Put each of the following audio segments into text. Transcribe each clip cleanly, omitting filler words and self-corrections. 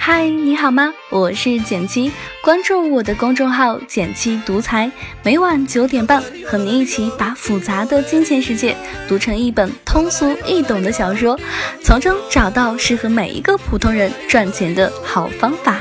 嗨，你好吗？我是简七，关注我的公众号简七独裁，每晚9点半和你一起把复杂的金钱世界读成一本通俗易懂的小说，从中找到适合每一个普通人赚钱的好方法。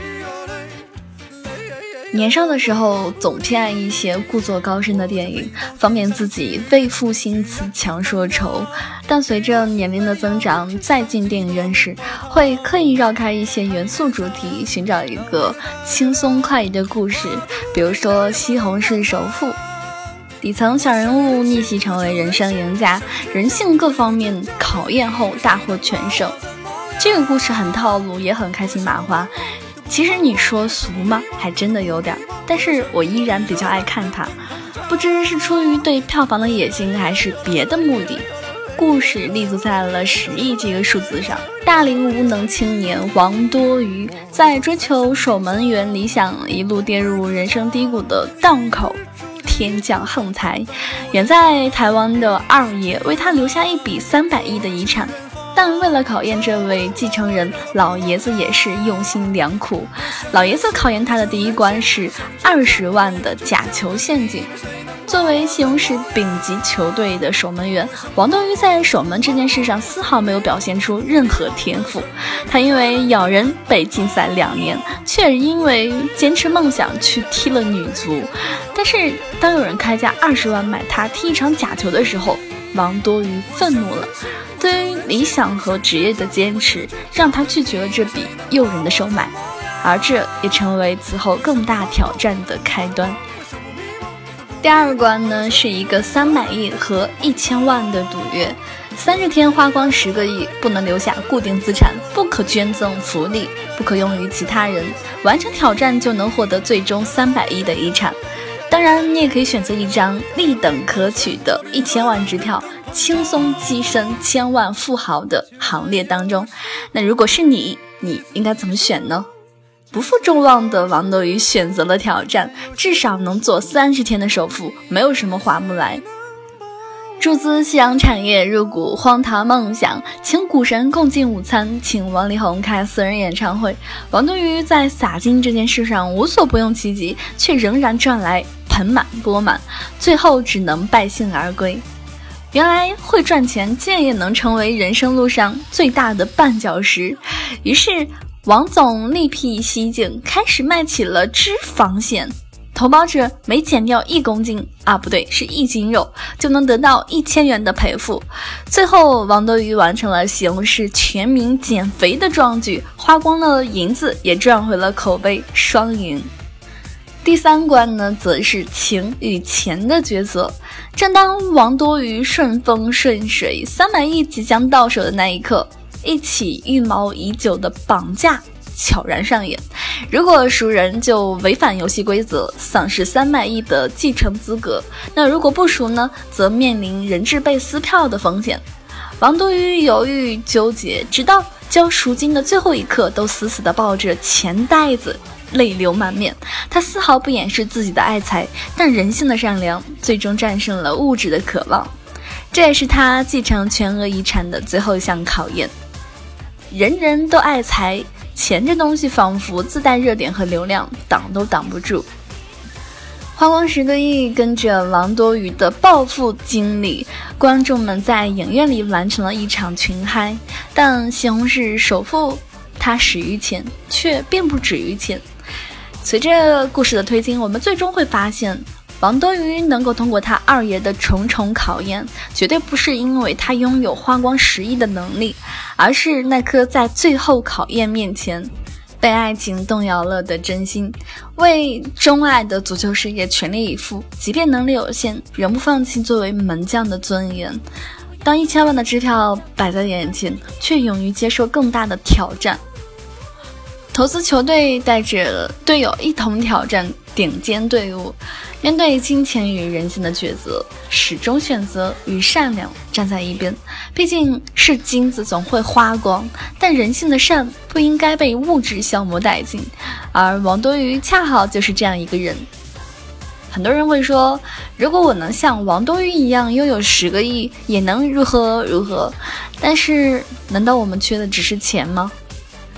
年少的时候总偏爱一些故作高深的电影，方便自己背负新词强说愁，但随着年龄的增长，再进电影院时会刻意绕开一些严肃主题，寻找一个轻松快意的故事，比如说《西红柿首富》，底层小人物逆袭成为人生赢家，人性各方面考验后大获全胜。这个故事很套路，也很开心麻花，其实你说俗吗？还真的有点，但是我依然比较爱看它，不知是出于对票房的野心还是别的目的。故事立足在了10亿这个数字上，大龄无能青年王多鱼在追求守门员理想，一路跌入人生低谷的档口，天降横财，远在台湾的二爷为他留下一笔300亿的遗产。但为了考验这位继承人，老爷子也是用心良苦。老爷子考验他的第一关是20万的假球陷阱。作为西红柿丙级球队的守门员，王多鱼在守门这件事上丝毫没有表现出任何天赋。他因为咬人被禁赛2年，却因为坚持梦想去踢了女足。但是当有人开价20万买他踢一场假球的时候，王多鱼愤怒了。对于理想和职业的坚持，让他拒绝了这笔诱人的收买，而这也成为此后更大挑战的开端。第2关呢，是一个300亿和1000万的赌约，30天花光10个亿，不能留下固定资产，不可捐赠福利，不可用于其他人，完成挑战就能获得最终300亿的遗产。当然你也可以选择一张立等可取的1000万支票，轻松跻身千万富豪的行列当中。那如果是你应该怎么选呢？不负众望的王多鱼选择了挑战，至少能做30天的首富，没有什么划不来。注资夕阳产业，入股荒唐梦想，请股神共进午餐，请王力宏开私人演唱会。王多鱼在撒金这件事上无所不用其极，却仍然赚来盆满钵满，最后只能败兴而归。原来会赚钱竟然也能成为人生路上最大的绊脚石。于是王总另辟蹊径，开始卖起了脂肪险，投保者每减掉1公斤不对，是1斤肉，就能得到1000元的赔付。最后王多鱼完成了西红柿全民减肥的壮举，花光了银子，也赚回了口碑，双赢。第3关呢，则是情与钱的抉择。正当王多鱼顺风顺水，300亿即将到手的那一刻，一起预谋已久的绑架悄然上演。如果熟人就违反游戏规则，丧失300亿的继承资格，那如果不熟呢，则面临人质被撕票的风险。王多鱼犹豫纠结，直到交赎金的最后一刻，都死死地抱着钱袋子，泪流满面。他丝毫不掩饰自己的爱财，但人性的善良最终战胜了物质的渴望，这也是他继承全额遗产的最后一项考验。人人都爱财，钱这东西仿佛自带热点和流量，挡都挡不住。花光10个亿，跟着王多鱼的暴富经历，观众们在影院里完成了一场群嗨。但西红柿首富他始于钱，却并不止于钱。随着故事的推进，我们最终会发现，王多鱼能够通过他二爷的重重考验，绝对不是因为他拥有花光10亿的能力，而是那颗在最后考验面前被爱情动摇了的真心，为钟爱的足球事业全力以赴，即便能力有限，仍不放弃作为门将的尊严。当1000万的支票摆在眼前，却勇于接受更大的挑战。投资球队带着队友一同挑战顶尖队伍，面对金钱与人性的抉择，始终选择与善良站在一边。毕竟是金子总会花光，但人性的善不应该被物质消磨殆尽，而王多鱼恰好就是这样一个人。很多人会说，如果我能像王多鱼一样拥有10个亿，也能如何如何，但是难道我们缺的只是钱吗？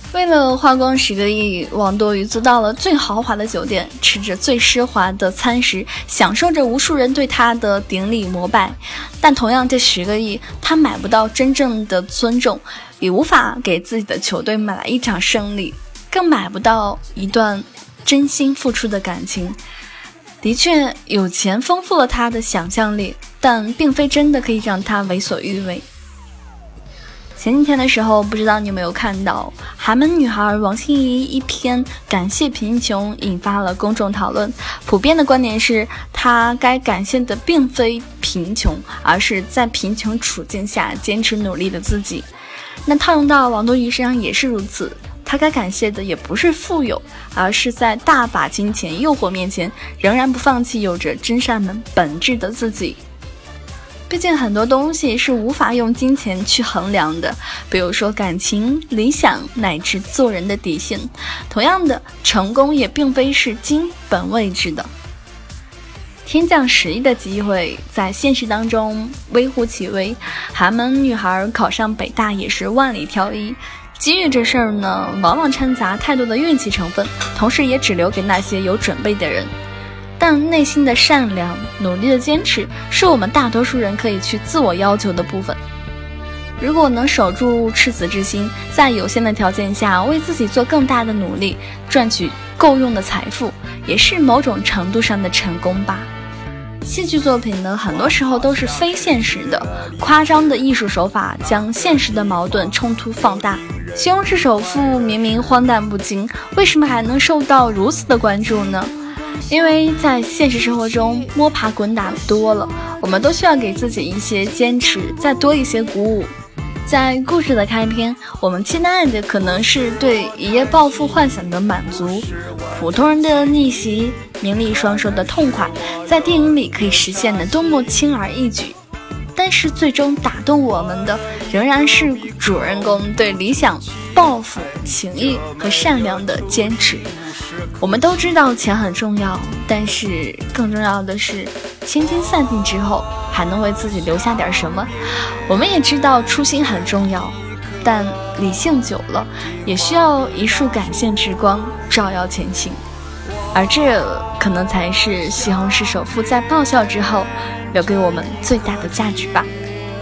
为了花光10个亿，王多鱼租到了最豪华的酒店，吃着最奢华的餐食，享受着无数人对他的顶礼膜拜。但同样这10个亿，他买不到真正的尊重，也无法给自己的球队买来一场胜利，更买不到一段真心付出的感情。的确，有钱丰富了他的想象力，但并非真的可以让他为所欲为。前几天的时候，不知道你有没有看到寒门女孩王心怡一篇感谢贫穷引发了公众讨论，普遍的观点是她该感谢的并非贫穷，而是在贫穷处境下坚持努力的自己。那套用到王多鱼身上也是如此，他该感谢的也不是富有，而是在大把金钱诱惑面前仍然不放弃有着真善美本质的自己。毕竟很多东西是无法用金钱去衡量的，比如说感情、理想乃至做人的底线。同样的，成功也并非是金本位制的。天降10亿的机会在现实当中微乎其微，寒门女孩考上北大也是万里挑一。机遇这事儿呢，往往掺杂太多的运气成分，同时也只留给那些有准备的人。但内心的善良、努力的坚持，是我们大多数人可以去自我要求的部分。如果能守住赤子之心，在有限的条件下为自己做更大的努力，赚取够用的财富，也是某种程度上的成功吧。戏剧作品呢，很多时候都是非现实的，夸张的艺术手法将现实的矛盾冲突放大。西红柿首富明明荒诞不经，为什么还能受到如此的关注呢？因为在现实生活中摸爬滚打多了，我们都需要给自己一些坚持，再多一些鼓舞。在故事的开篇，我们期待的可能是对一夜暴富幻想的满足，普通人的逆袭，名利双收的痛快，在电影里可以实现的多么轻而易举。但是最终打动我们的，仍然是主人公对理想、抱负、情谊和善良的坚持。我们都知道钱很重要，但是更重要的是，千金散尽之后，还能为自己留下点什么。我们也知道初心很重要，但理性久了，也需要一束感性之光照耀前行。而这可能才是西红柿首富在爆笑之后留给我们最大的价值吧。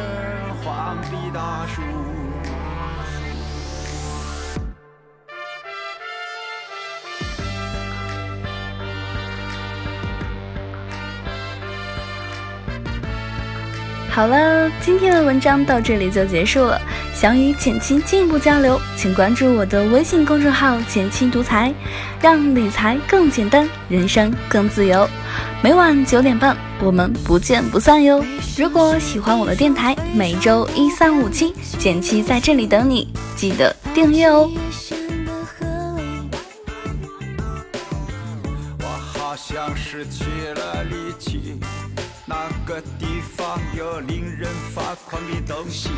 好了，今天的文章到这里就结束了。想与简七进一步交流，请关注我的微信公众号简七独裁，让理财更简单，人生更自由。每晚9点半，我们不见不散哟。如果喜欢我的电台，每周1、3、5、7，简七在这里等你，记得订阅哦。 我好像失去了力气，那个地方有令人发狂的东西，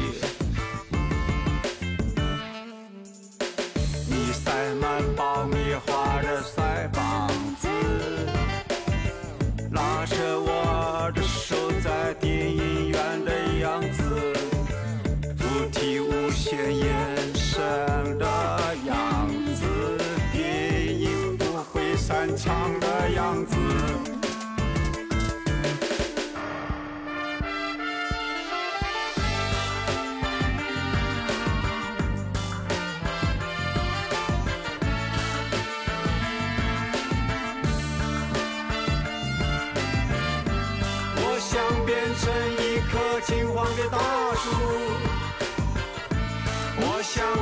你塞满爆米花的腮帮子，拉着我的手在电影院的样子，不提无限延伸的样子，电影不会散场的样子。想变成一棵金黄的大树，我想